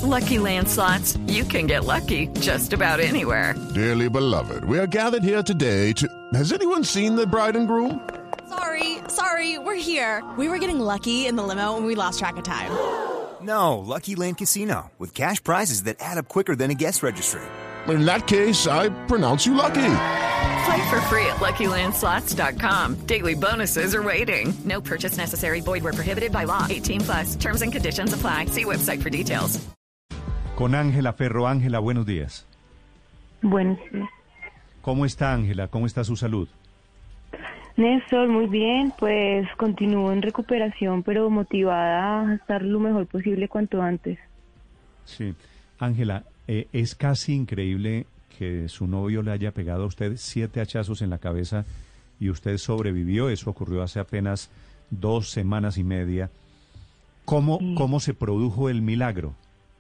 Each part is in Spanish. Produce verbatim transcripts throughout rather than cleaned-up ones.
Lucky Land Slots, you can get lucky just about anywhere. Dearly beloved, we are gathered here today to... Has anyone seen the bride and groom? Sorry, sorry, we're here. We were getting lucky in the limo and we lost track of time. No, Lucky Land Casino, with cash prizes that add up quicker than a guest registry. In that case, I pronounce you lucky. Play for free at Lucky Land Slots dot com. Daily bonuses are waiting. No purchase necessary. Void where prohibited by law. eighteen plus. Terms and conditions apply. See website for details. Con Ángela Ferro. Ángela, buenos días. Buenos días. ¿Cómo está Ángela? ¿Cómo está su salud? Néstor, muy bien, pues continúo en recuperación, pero motivada a estar lo mejor posible cuanto antes. Sí, Ángela, eh, es casi increíble que su novio le haya pegado a usted siete hachazos en la cabeza y usted sobrevivió. Eso ocurrió hace apenas dos semanas y media. ¿Cómo, sí. ¿Cómo se produjo el milagro?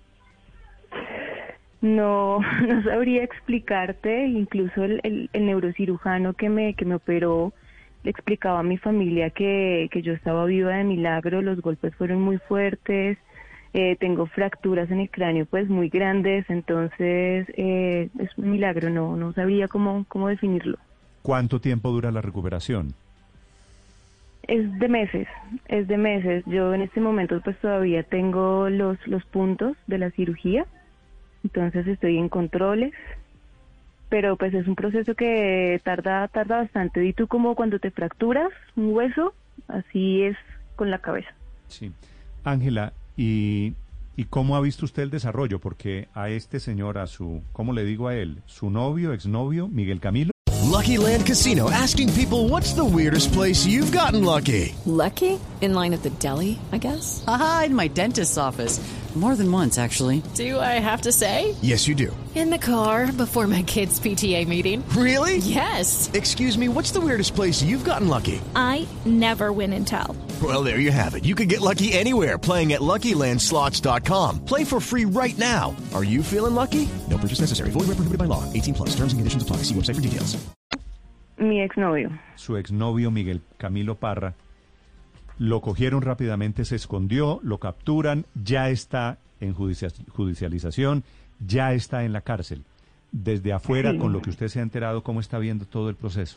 No, no sabría explicarte. Incluso el, el, el neurocirujano que me, que me operó le explicaba a mi familia que, que yo estaba viva de milagro. Los golpes fueron muy fuertes. Eh, tengo fracturas en el cráneo pues muy grandes, entonces eh, es un milagro, no no sabría cómo, cómo definirlo. ¿Cuánto tiempo dura la recuperación? Es de meses, es de meses. Yo en este momento pues todavía tengo los, los puntos de la cirugía, entonces estoy en controles, pero pues es un proceso que tarda, tarda bastante. Y tú, como cuando te fracturas un hueso, así es con la cabeza. Sí. Ángela, ¿Y, ¿y cómo ha visto usted el desarrollo? Porque a este señor, a su, ¿cómo le digo a él? ¿Su novio, exnovio, Miguel Camilo? Lucky Land Casino, asking people, what's the weirdest place you've gotten lucky? Lucky? In line at the deli, I guess? Aha, in my dentist's office. More than once, actually. Do I have to say? Yes, you do. In the car before my kids' P T A meeting. Really? Yes. Excuse me, what's the weirdest place you've gotten lucky? I never win and tell. Well, there you have it. You can get lucky anywhere, playing at Lucky Land Slots dot com. Play for free right now. Are you feeling lucky? No purchase necessary. Void where prohibited by law. eighteen plus. Terms and conditions apply. See website for details. Mi exnovio. Su exnovio, Miguel Camilo Parra. Lo cogieron rápidamente, se escondió, lo capturan, ya está en judicia- judicialización, ya está en la cárcel. Desde afuera, sí. Con lo que usted se ha enterado, ¿cómo está viendo todo el proceso?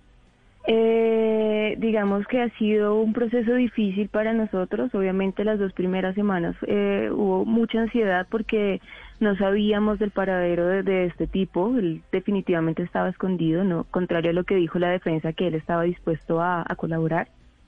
Eh, digamos que ha sido un proceso difícil para nosotros. Obviamente las dos primeras semanas eh, hubo mucha ansiedad porque no sabíamos del paradero de, de este tipo. Él definitivamente estaba escondido, no, contrario a lo que dijo la defensa, que él estaba dispuesto a, a colaborar.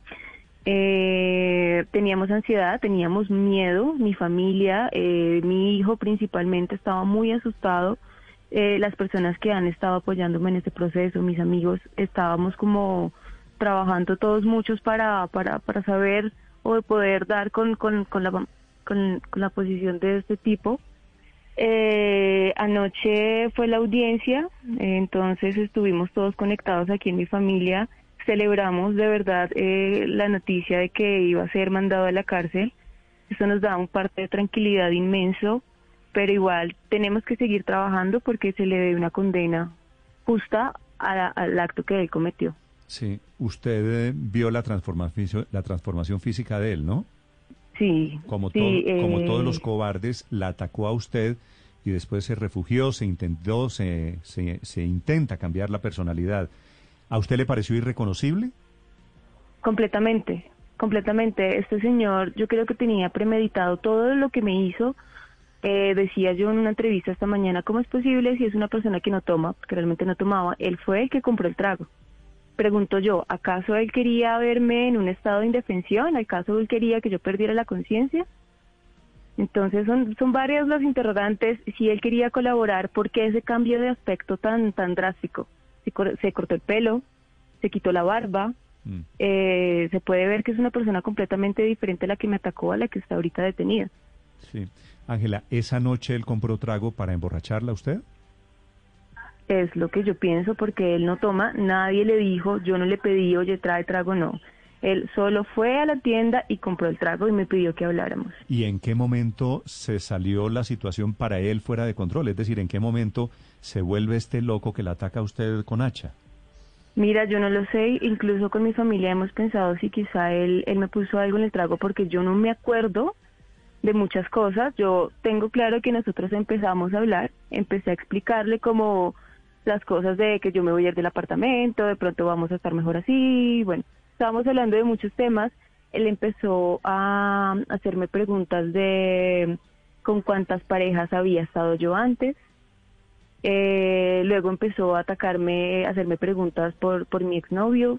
Eh, teníamos ansiedad, teníamos miedo, mi familia, eh, mi hijo principalmente estaba muy asustado. Eh, las personas que han estado apoyándome en este proceso, mis amigos, estábamos como trabajando todos muchos para para para saber o poder dar con con con la con, con la posición de este tipo. Eh, anoche fue la audiencia, eh, entonces estuvimos todos conectados aquí en mi familia. Celebramos de verdad eh, la noticia de que iba a ser mandado a la cárcel. Eso nos da un parte de tranquilidad inmenso, pero igual tenemos que seguir trabajando porque se le dé una condena justa a la, al acto que él cometió. Sí, usted eh, vio la transformación, la transformación física de él, ¿no? Sí. Como, sí, todo, eh... como todos los cobardes, la atacó a usted y después se refugió, se intentó, se, se, se intenta cambiar la personalidad. ¿A usted le pareció irreconocible? Completamente, completamente. Este señor, yo creo que tenía premeditado todo lo que me hizo. Eh, decía yo en una entrevista esta mañana, ¿cómo es posible si es una persona que no toma? Porque realmente no tomaba. Él fue el que compró el trago. Pregunto yo, ¿acaso él quería verme en un estado de indefensión? ¿Acaso él quería que yo perdiera la conciencia? Entonces son son varias las interrogantes. Si él quería colaborar, ¿por qué ese cambio de aspecto tan tan drástico? Se, cor- se cortó el pelo, se quitó la barba, mm. eh, se puede ver que es una persona completamente diferente a la que me atacó, a la que está ahorita detenida. Sí. Ángela, ¿esa noche él compró trago para emborracharla a usted? Es lo que yo pienso, porque él no toma, nadie le dijo, yo no le pedí, oye, trae trago, no. Él solo fue a la tienda y compró el trago y me pidió que habláramos. ¿Y en qué momento se salió la situación para él fuera de control? Es decir, ¿en qué momento se vuelve este loco que la ataca a usted con hacha? Mira, yo no lo sé, incluso con mi familia hemos pensado si quizá él, él me puso algo en el trago, porque yo no me acuerdo de muchas cosas. Yo tengo claro que nosotros empezamos a hablar, empecé a explicarle como las cosas de que yo me voy a ir del apartamento, de pronto vamos a estar mejor así, bueno, estábamos hablando de muchos temas. Él empezó a hacerme preguntas de con cuántas parejas había estado yo antes. Eh, luego empezó a atacarme, a hacerme preguntas por, por mi exnovio.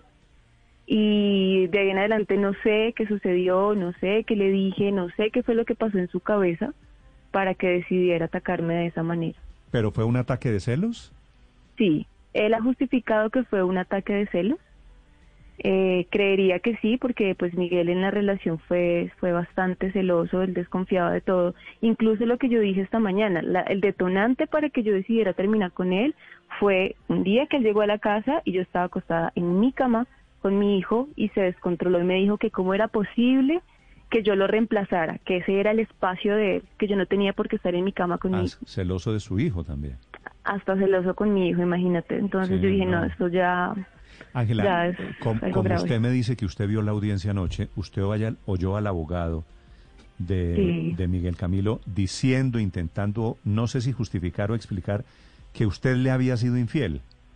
Y de ahí en adelante no sé qué sucedió, no sé qué le dije, no sé qué fue lo que pasó en su cabeza para que decidiera atacarme de esa manera. ¿Pero fue un ataque de celos? Sí, él ha justificado que fue un ataque de celos. Eh, creería que sí, porque pues Miguel en la relación fue fue bastante celoso, él desconfiaba de todo, incluso lo que yo dije esta mañana, la, el detonante para que yo decidiera terminar con él fue un día que él llegó a la casa y yo estaba acostada en mi cama con mi hijo y se descontroló y me dijo que cómo era posible que yo lo reemplazara, que ese era el espacio de él, que yo no tenía por qué estar en mi cama con ah, mi hijo. Celoso de su hijo también. Hasta celoso con mi hijo, imagínate. Entonces Sí, yo dije, no, no esto ya... Ángela, es com, algo como grave. usted me dice que usted vio la audiencia anoche, usted vaya, oyó al abogado de, Sí. de Miguel Camilo diciendo, intentando, no sé si justificar o explicar, que usted le había sido infiel.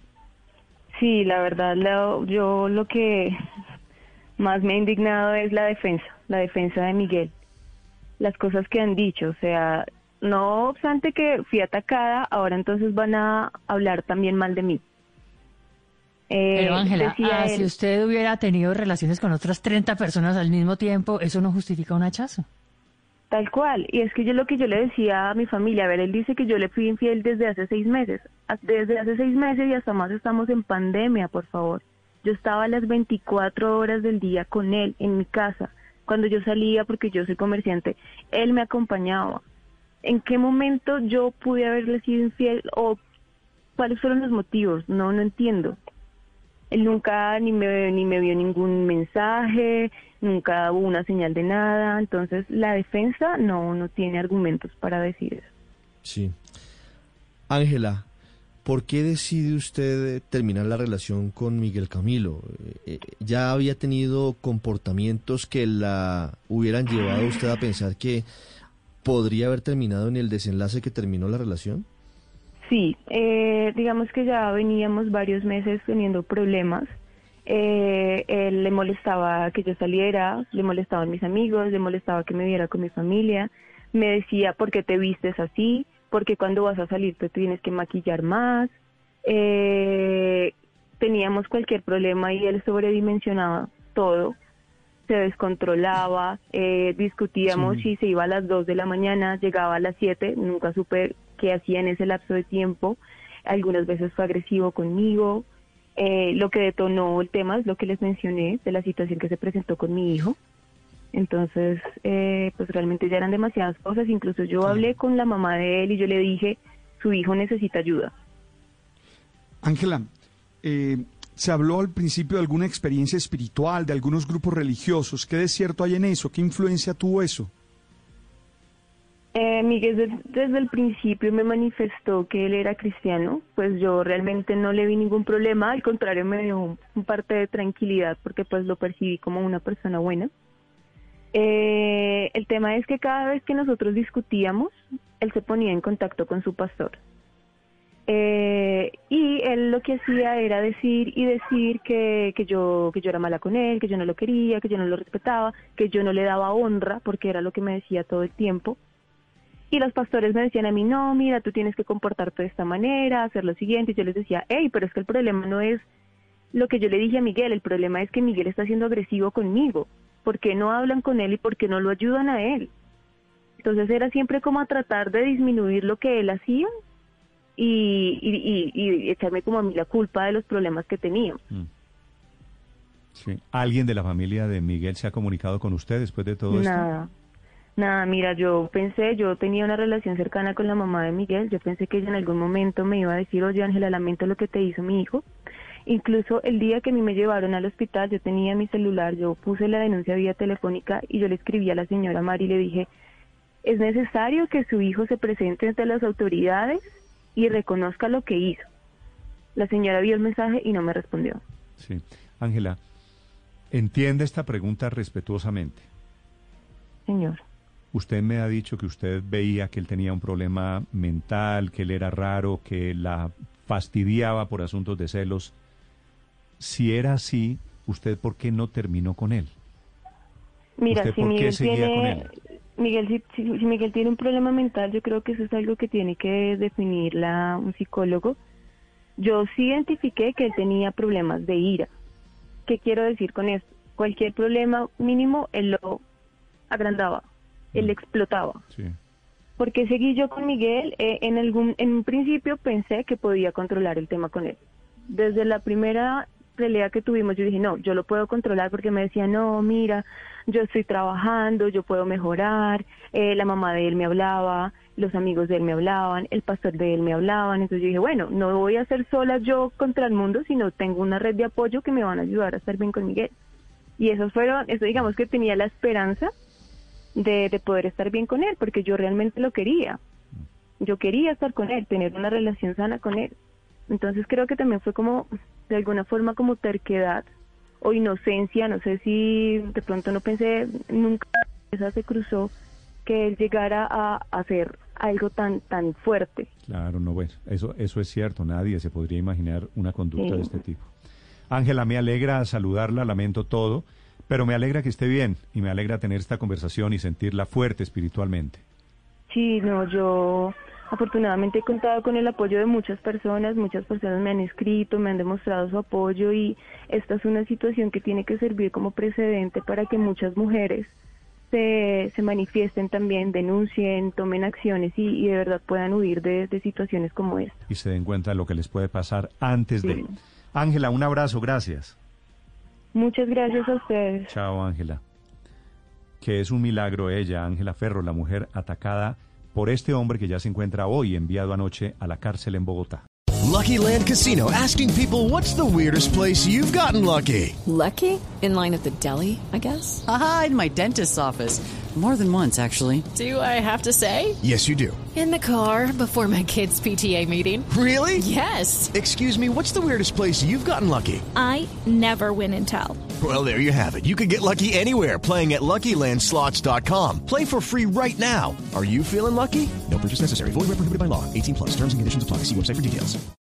Sí, la verdad, lo- yo lo que más me ha indignado es la defensa, la defensa de Miguel. Las cosas que han dicho, o sea, no obstante que fui atacada, ahora entonces van a hablar también mal de mí. Eh, Pero Ángela, decía ah, él- si usted hubiera tenido relaciones con otras treinta personas al mismo tiempo, ¿eso no justifica un hachazo? Tal cual, y es que yo lo que yo le decía a mi familia, a ver, él dice que yo le fui infiel desde hace seis meses, Haz- desde hace seis meses y hasta más estamos en pandemia, por favor. Yo estaba a las veinticuatro horas del día con él en mi casa, cuando yo salía, porque yo soy comerciante, él me acompañaba. ¿En qué momento yo pude haberle sido infiel o cuáles fueron los motivos? No, no entiendo. Él nunca ni me, ni me vio ningún mensaje, nunca hubo una señal de nada, entonces la defensa no, no tiene argumentos para decir eso. Sí. Ángela, ¿por qué decide usted eh, terminar la relación con Miguel Camilo? Eh, eh, ¿Ya había tenido comportamientos que la hubieran llevado a usted a pensar que podría haber terminado en el desenlace que terminó la relación? Sí, eh, digamos que ya veníamos varios meses teniendo problemas. Eh, él le molestaba que yo saliera, le molestaban mis amigos, le molestaba que me viera con mi familia. Me decía, ¿por qué te vistes así? ¿Por qué cuando vas a salir te tienes que maquillar más? Eh, teníamos cualquier problema y él sobredimensionaba todo. Se descontrolaba, eh, discutíamos Sí. y se iba a las dos de la mañana, llegaba a las siete, nunca supe qué hacía en ese lapso de tiempo. Algunas veces fue agresivo conmigo. Eh, lo que detonó el tema es lo que les mencioné de la situación que se presentó con mi hijo. Entonces, eh, pues realmente ya eran demasiadas cosas. Incluso yo hablé con la mamá de él y yo le dije, su hijo necesita ayuda. Ángela, eh, se habló al principio de alguna experiencia espiritual, de algunos grupos religiosos. ¿Qué de cierto hay en eso? ¿Qué influencia tuvo eso? Eh, Miguel desde, desde el principio me manifestó que él era cristiano, pues yo realmente no le vi ningún problema, al contrario me dio un, un parte de tranquilidad porque pues lo percibí como una persona buena. Eh, el tema es que cada vez que nosotros discutíamos, él se ponía en contacto con su pastor. Eh, y él lo que hacía era decir y decir que, que yo que yo era mala con él, que yo no lo quería, que yo no lo respetaba, que yo no le daba honra, porque era lo que me decía todo el tiempo. Y los pastores me decían a mí, no, mira, tú tienes que comportarte de esta manera, hacer lo siguiente. Y yo les decía, hey, pero es que el problema no es lo que yo le dije a Miguel, el problema es que Miguel está siendo agresivo conmigo. ¿Por qué no hablan con él y por qué no lo ayudan a él? Entonces era siempre como a tratar de disminuir lo que él hacía y, y, y, y echarme como a mí la culpa de los problemas que teníamos. Mm. Sí. ¿Alguien de la familia de Miguel se ha comunicado con usted después de todo esto? Nada. Nada, mira, yo pensé, yo tenía una relación cercana con la mamá de Miguel, yo pensé que ella en algún momento me iba a decir, oye Ángela, lamento lo que te hizo mi hijo. Incluso el día que a mí me llevaron al hospital, yo tenía mi celular, yo puse la denuncia vía telefónica y yo le escribí a la señora Mari y le dije, es necesario que su hijo se presente ante las autoridades y reconozca lo que hizo. La señora vio el mensaje y no me respondió. Sí. Ángela, entiende esta pregunta respetuosamente. Señor. usted me ha dicho que usted veía que él tenía un problema mental, que él era raro, que la fastidiaba por asuntos de celos. Si era así, ¿usted por qué no terminó con él? Mira, ¿Usted si por qué Miguel seguía tiene, con él? Miguel, si, si- si Miguel tiene un problema mental, yo creo que eso es algo que tiene que definir la, un psicólogo. Yo sí identifiqué que él tenía problemas de ira. ¿Qué quiero decir con esto? Cualquier problema mínimo, él lo agrandaba, él explotaba. Sí. ¿Por qué seguí yo con Miguel? Eh, en algún, en un principio pensé que podía controlar el tema con él. Desde la primera pelea que tuvimos, yo dije, no, yo lo puedo controlar, porque me decía, no, mira, yo estoy trabajando, yo puedo mejorar, eh, la mamá de él me hablaba, los amigos de él me hablaban, el pastor de él me hablaban. Entonces yo dije, bueno, no voy a ser sola yo contra el mundo, sino tengo una red de apoyo que me van a ayudar a estar bien con Miguel. Y esos fueron, eso digamos que tenía la esperanza de, de poder estar bien con él, porque yo realmente lo quería. Yo quería estar con él, tener una relación sana con él. Entonces creo que también fue como, de alguna forma, como terquedad o inocencia. No sé si de pronto no pensé, nunca esa se cruzó, que él llegara a hacer algo tan tan fuerte. Claro, no, bueno, eso, eso es cierto, nadie se podría imaginar una conducta Sí. de este tipo. Ángela, me alegra saludarla, lamento todo, pero me alegra que esté bien y me alegra tener esta conversación y sentirla fuerte espiritualmente. Sí, no, yo afortunadamente he contado con el apoyo de muchas personas, muchas personas me han escrito, me han demostrado su apoyo, y esta es una situación que tiene que servir como precedente para que muchas mujeres se, se manifiesten también, denuncien, tomen acciones y, y de verdad puedan huir de, de situaciones como esta. Y se den cuenta de lo que les puede pasar antes Sí. de... Ángela, un abrazo, gracias. Muchas gracias a ustedes. Chao, Ángela. Que es un milagro ella, Ángela Ferro, la mujer atacada por este hombre que ya se encuentra hoy enviado anoche a la cárcel en Bogotá. Lucky Land Casino, asking people, what's the weirdest place you've gotten lucky? Lucky? In line at the deli, I guess? Aha, in my dentist's office. More than once, actually. Do I have to say? Yes, you do. In the car before my kids' P T A meeting. Really? Yes. Excuse me, what's the weirdest place you've gotten lucky? I never win and tell. Well, there you have it. You can get lucky anywhere, playing at Lucky Land Slots dot com. Play for free right now. Are you feeling lucky? No purchase necessary. Void where prohibited by law. eighteen plus. Terms and conditions apply. See website for details.